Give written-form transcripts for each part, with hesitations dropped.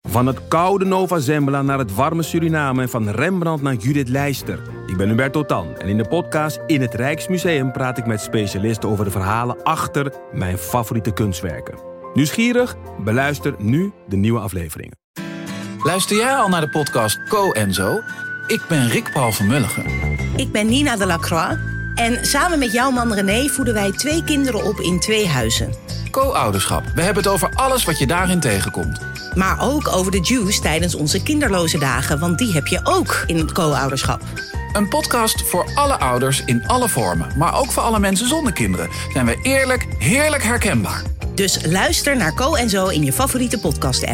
Van het koude Nova Zembla naar het warme Suriname en van Rembrandt naar Judith Leyster. Ik ben Hubert Totan en in de podcast In het Rijksmuseum praat ik met specialisten over de verhalen achter mijn favoriete kunstwerken. Nieuwsgierig? Beluister nu de nieuwe afleveringen. Luister jij al naar de podcast Co en Zo? Ik ben Rick Paul van Mulligen. Ik ben Nina de Lacroix. En samen met jouw man René voeden wij 2 kinderen op in 2 huizen. Co-ouderschap. We hebben het over alles wat je daarin tegenkomt. Maar ook over de juice tijdens onze kinderloze dagen. Want die heb je ook in het co-ouderschap. Een podcast voor alle ouders in alle vormen. Maar ook voor alle mensen zonder kinderen. Zijn we eerlijk, heerlijk herkenbaar. Dus luister naar Co en Zo in je favoriete podcast-app.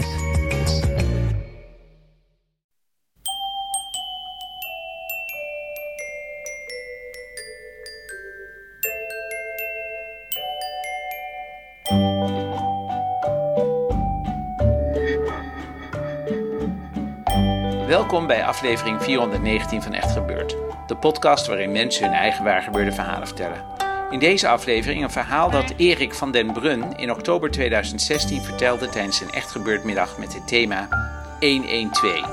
Welkom bij aflevering 419 van Echt Gebeurd. De podcast waarin mensen hun eigen waargebeurde verhalen vertellen. In deze aflevering een verhaal dat Erik van den Brun in oktober 2016 vertelde tijdens een Echt Gebeurd middag met het thema 112.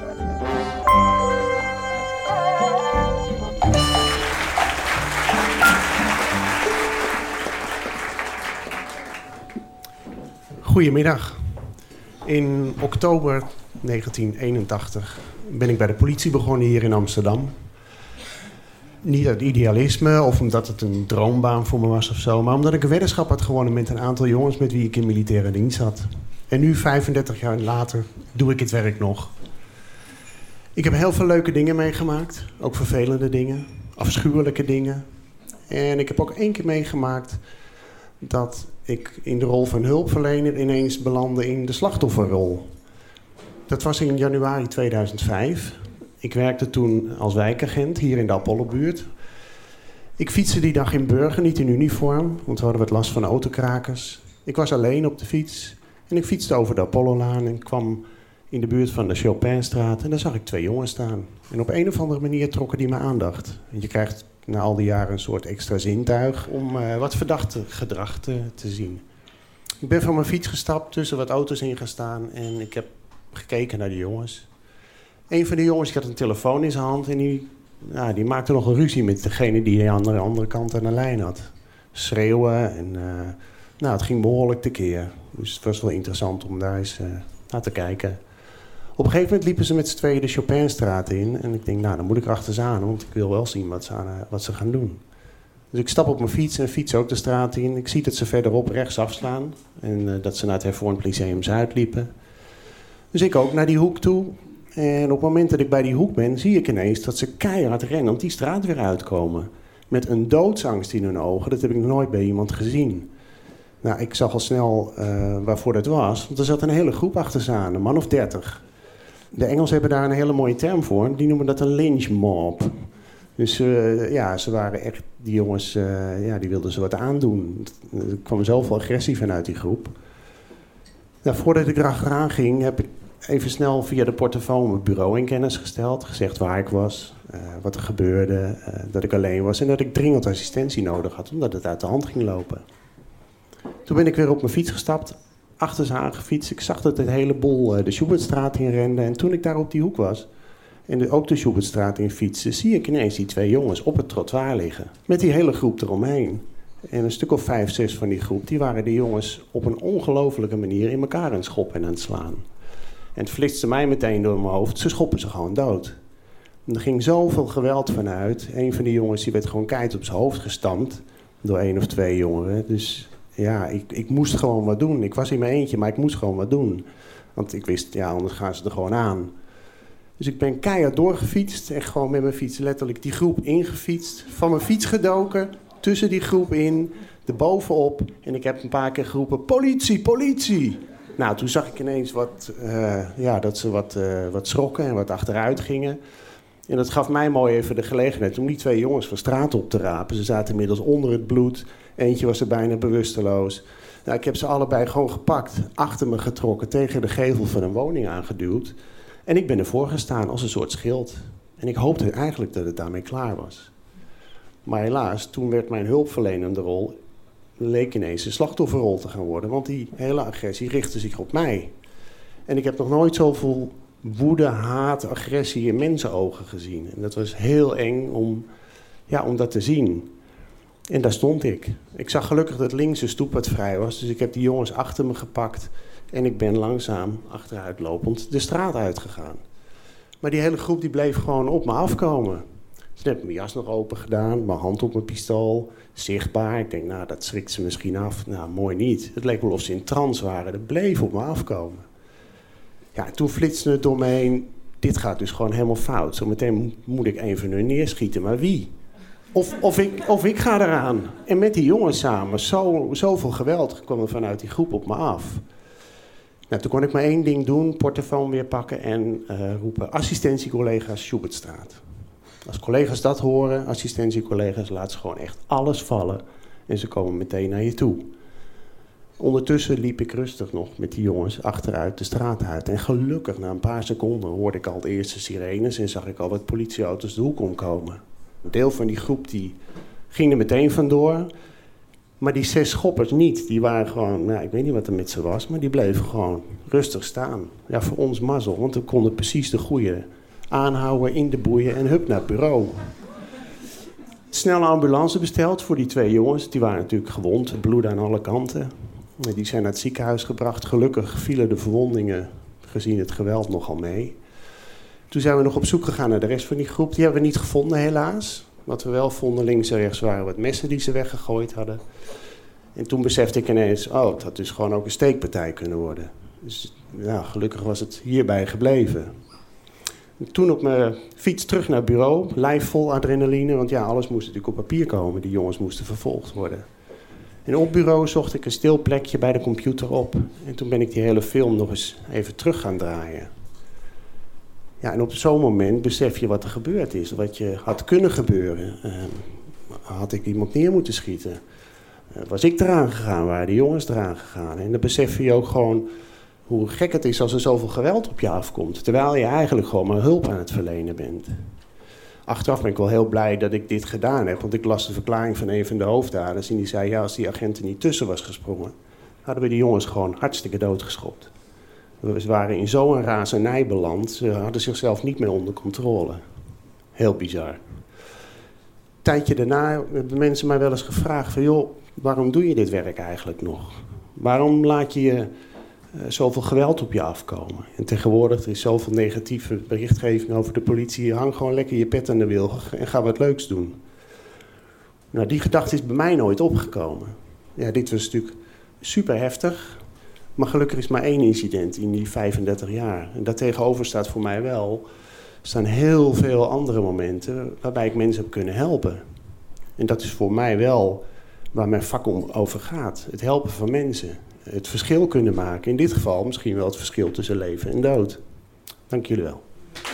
Goedemiddag. In oktober 1981 ben ik bij de politie begonnen hier in Amsterdam. Niet uit idealisme of omdat het een droombaan voor me was of zo, maar omdat ik een weddenschap had gewonnen met een aantal jongens met wie ik in militaire dienst zat. En nu, 35 jaar later, doe ik het werk nog. Ik heb heel veel leuke dingen meegemaakt, ook vervelende dingen, afschuwelijke dingen. En ik heb ook 1 keer meegemaakt dat ik in de rol van hulpverlener ineens belandde in de slachtofferrol. Dat was in januari 2005. Ik werkte toen als wijkagent hier in de Apollobuurt. Ik fietste die dag in Burger, niet in uniform, want we hadden wat last van autokrakers. Ik was alleen op de fiets en ik fietste over de Apollolaan en kwam in de buurt van de Chopinstraat. En daar zag ik 2 jongens staan. En op een of andere manier trokken die mijn aandacht. Want je krijgt na al die jaren een soort extra zintuig om wat verdachte gedrag te zien. Ik ben van mijn fiets gestapt, tussen wat auto's in gaan staan en ik heb gekeken naar die jongens. Een van de jongens die had een telefoon in zijn hand en die maakte nog een ruzie met degene die aan de andere kant aan de lijn had. Schreeuwen en het ging behoorlijk tekeer. Dus het was wel interessant om daar eens naar te kijken. Op een gegeven moment liepen ze met z'n tweeën de Chopinstraat in. En ik denk, dan moet ik er achter ze aan, want ik wil wel zien wat ze gaan doen. Dus ik stap op mijn fiets en fiets ook de straat in. Ik zie dat ze verderop rechts afslaan. En dat ze naar het Hervormd Lyceum Zuid liepen. Dus ik ook naar die hoek toe. En op het moment dat ik bij die hoek ben, zie ik ineens dat ze keihard rennend die straat weer uitkomen. Met een doodsangst in hun ogen. Dat heb ik nog nooit bij iemand gezien. Nou, ik zag al snel waarvoor dat was. Want er zat een hele groep achter ze aan, een man of 30. De Engelsen hebben daar een hele mooie term voor. Die noemen dat een lynch mob. Dus ze waren echt, die jongens, die wilden ze wat aandoen. Er kwam zoveel agressie vanuit die groep. Nou, voordat ik erachteraan ging, heb ik even snel via de portofoon mijn bureau in kennis gesteld. Gezegd waar ik was, wat er gebeurde, dat ik alleen was en dat ik dringend assistentie nodig had, omdat het uit de hand ging lopen. Toen ben ik weer op mijn fiets gestapt, achter ze aangefietst. Ik zag dat het hele boel de Schubertstraat in rende. En toen ik daar op die hoek was en ook de Schubertstraat in fietste, zie ik ineens die 2 jongens op het trottoir liggen. Met die hele groep eromheen. En een stuk of 5, 6 van die groep, die waren de jongens op een ongelofelijke manier in elkaar aan het schoppen en aan het slaan. En het flitste mij meteen door mijn hoofd, ze schoppen ze gewoon dood. En er ging zoveel geweld vanuit. Een van die jongens die werd gewoon keihard op zijn hoofd gestampt door 1 of 2 jongeren. Dus ja, ik moest gewoon wat doen. Ik was in mijn eentje, maar ik moest gewoon wat doen. Want ik wist, anders gaan ze er gewoon aan. Dus ik ben keihard doorgefietst en gewoon met mijn fiets letterlijk die groep ingefietst. Van mijn fiets gedoken, tussen die groep in, erbovenop. En ik heb een paar keer geroepen, politie, politie! Nou, toen zag ik ineens dat ze wat schrokken en wat achteruit gingen. En dat gaf mij mooi even de gelegenheid om die 2 jongens van straat op te rapen. Ze zaten inmiddels onder het bloed. Eentje was er bijna bewusteloos. Nou, ik heb ze allebei gewoon gepakt, achter me getrokken, tegen de gevel van een woning aangeduwd. En ik ben ervoor gestaan als een soort schild. En ik hoopte eigenlijk dat het daarmee klaar was. Maar helaas, toen werd mijn hulpverlenende rol, leek ineens een slachtofferrol te gaan worden. Want die hele agressie richtte zich op mij. En ik heb nog nooit zoveel woede, haat, agressie in mensenogen gezien. En dat was heel eng om dat te zien. En daar stond ik. Ik zag gelukkig dat links de stoep wat vrij was. Dus ik heb die jongens achter me gepakt. En ik ben langzaam, achteruitlopend, de straat uitgegaan. Maar die hele groep die bleef gewoon op me afkomen. Dus ik heb mijn jas nog open gedaan, mijn hand op mijn pistool, zichtbaar. Ik denk, nou, dat schrikt ze misschien af. Nou, mooi niet. Het leek wel of ze in trance waren. Dat bleef op me afkomen. Ja, toen flitste het door me heen. Dit gaat dus gewoon helemaal fout. Zometeen moet ik een van hun neerschieten. Maar wie? Of ik ga eraan. En met die jongens samen. Zoveel geweld kwam er vanuit die groep op me af. Nou, toen kon ik maar één ding doen. Portofoon weer pakken en roepen. Assistentiecollega's Schubertstraat. Als collega's dat horen, assistentiecollega's, laten ze gewoon echt alles vallen. En ze komen meteen naar je toe. Ondertussen liep ik rustig nog met die jongens achteruit de straat uit. En gelukkig, na een paar seconden, hoorde ik al de eerste sirenes en zag ik al wat politieauto's de hoek omkomen. Een deel van die groep die ging er meteen vandoor. Maar die 6 schoppers niet. Die waren gewoon, nou, ik weet niet wat er met ze was, maar die bleven gewoon rustig staan. Ja, voor ons mazzel, want we konden precies de goede aanhouden in de boeien en hup naar het bureau. Snelle ambulance besteld voor die 2 jongens. Die waren natuurlijk gewond, bloed aan alle kanten. Die zijn naar het ziekenhuis gebracht. Gelukkig vielen de verwondingen, gezien het geweld, nogal mee. Toen zijn we nog op zoek gegaan naar de rest van die groep. Die hebben we niet gevonden, helaas. Wat we wel vonden, links en rechts, waren wat messen die ze weggegooid hadden. En toen besefte ik ineens, het had dus gewoon ook een steekpartij kunnen worden. Dus ja, gelukkig was het hierbij gebleven. Toen op mijn fiets terug naar het bureau, lijf vol adrenaline. Want ja, alles moest natuurlijk op papier komen. Die jongens moesten vervolgd worden. En op bureau zocht ik een stil plekje bij de computer op. En toen ben ik die hele film nog eens even terug gaan draaien. Ja, en op zo'n moment besef je wat er gebeurd is. Wat je had kunnen gebeuren. Had ik iemand neer moeten schieten? Was ik eraan gegaan? Waren die jongens eraan gegaan? En dan besef je ook gewoon hoe gek het is als er zoveel geweld op je afkomt. Terwijl je eigenlijk gewoon maar hulp aan het verlenen bent. Achteraf ben ik wel heel blij dat ik dit gedaan heb. Want ik las de verklaring van een van de hoofddaders. En die zei, ja, als die agent er niet tussen was gesprongen, hadden we die jongens gewoon hartstikke doodgeschopt. Ze waren in zo'n razernij beland. Ze hadden zichzelf niet meer onder controle. Heel bizar. Een tijdje daarna hebben mensen mij wel eens gevraagd van, joh, waarom doe je dit werk eigenlijk nog? Waarom laat je zoveel geweld op je afkomen? En tegenwoordig er is zoveel negatieve berichtgeving over de politie. Hang gewoon lekker je pet aan de wil en ga wat leuks doen. Nou, die gedachte is bij mij nooit opgekomen. Ja, dit was natuurlijk super heftig. Maar gelukkig is maar 1 incident in die 35 jaar. En daartegenover staat voor mij wel, staan heel veel andere momenten waarbij ik mensen heb kunnen helpen. En dat is voor mij wel waar mijn vak over gaat. Het helpen van mensen. Het verschil kunnen maken. In dit geval misschien wel het verschil tussen leven en dood. Dank jullie wel.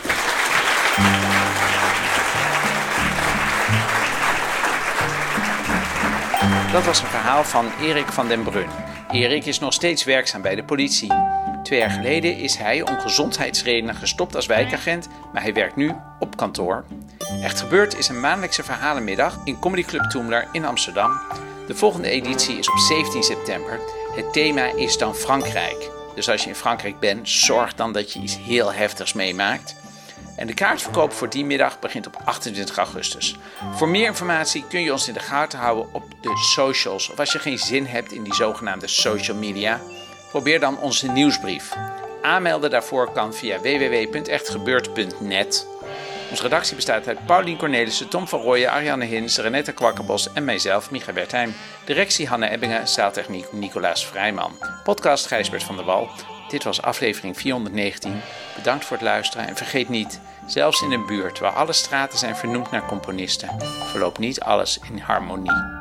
Dat was een verhaal van Erik van den Brun. Erik is nog steeds werkzaam bij de politie. 2 jaar geleden is hij om gezondheidsredenen gestopt als wijkagent, maar hij werkt nu op kantoor. Echt Gebeurd is een maandelijkse verhalenmiddag in Comedy Club Toemler in Amsterdam. De volgende editie is op 17 september. Het thema is dan Frankrijk. Dus als je in Frankrijk bent, zorg dan dat je iets heel heftigs meemaakt. En de kaartverkoop voor die middag begint op 28 augustus. Voor meer informatie kun je ons in de gaten houden op de socials. Of als je geen zin hebt in die zogenaamde social media, probeer dan onze nieuwsbrief. Aanmelden daarvoor kan via www.echtgebeurd.net. Onze redactie bestaat uit Paulien Cornelissen, Tom van Rooyen, Ariane Hins, Renette Kwakkerbos en mijzelf, Micha Wertheim. Directie Hanne Ebbingen, zaaltechniek Nicolaas Vrijman. Podcast Gijsbert van der Wal. Dit was aflevering 419. Bedankt voor het luisteren en vergeet niet, zelfs in een buurt waar alle straten zijn vernoemd naar componisten, verloopt niet alles in harmonie.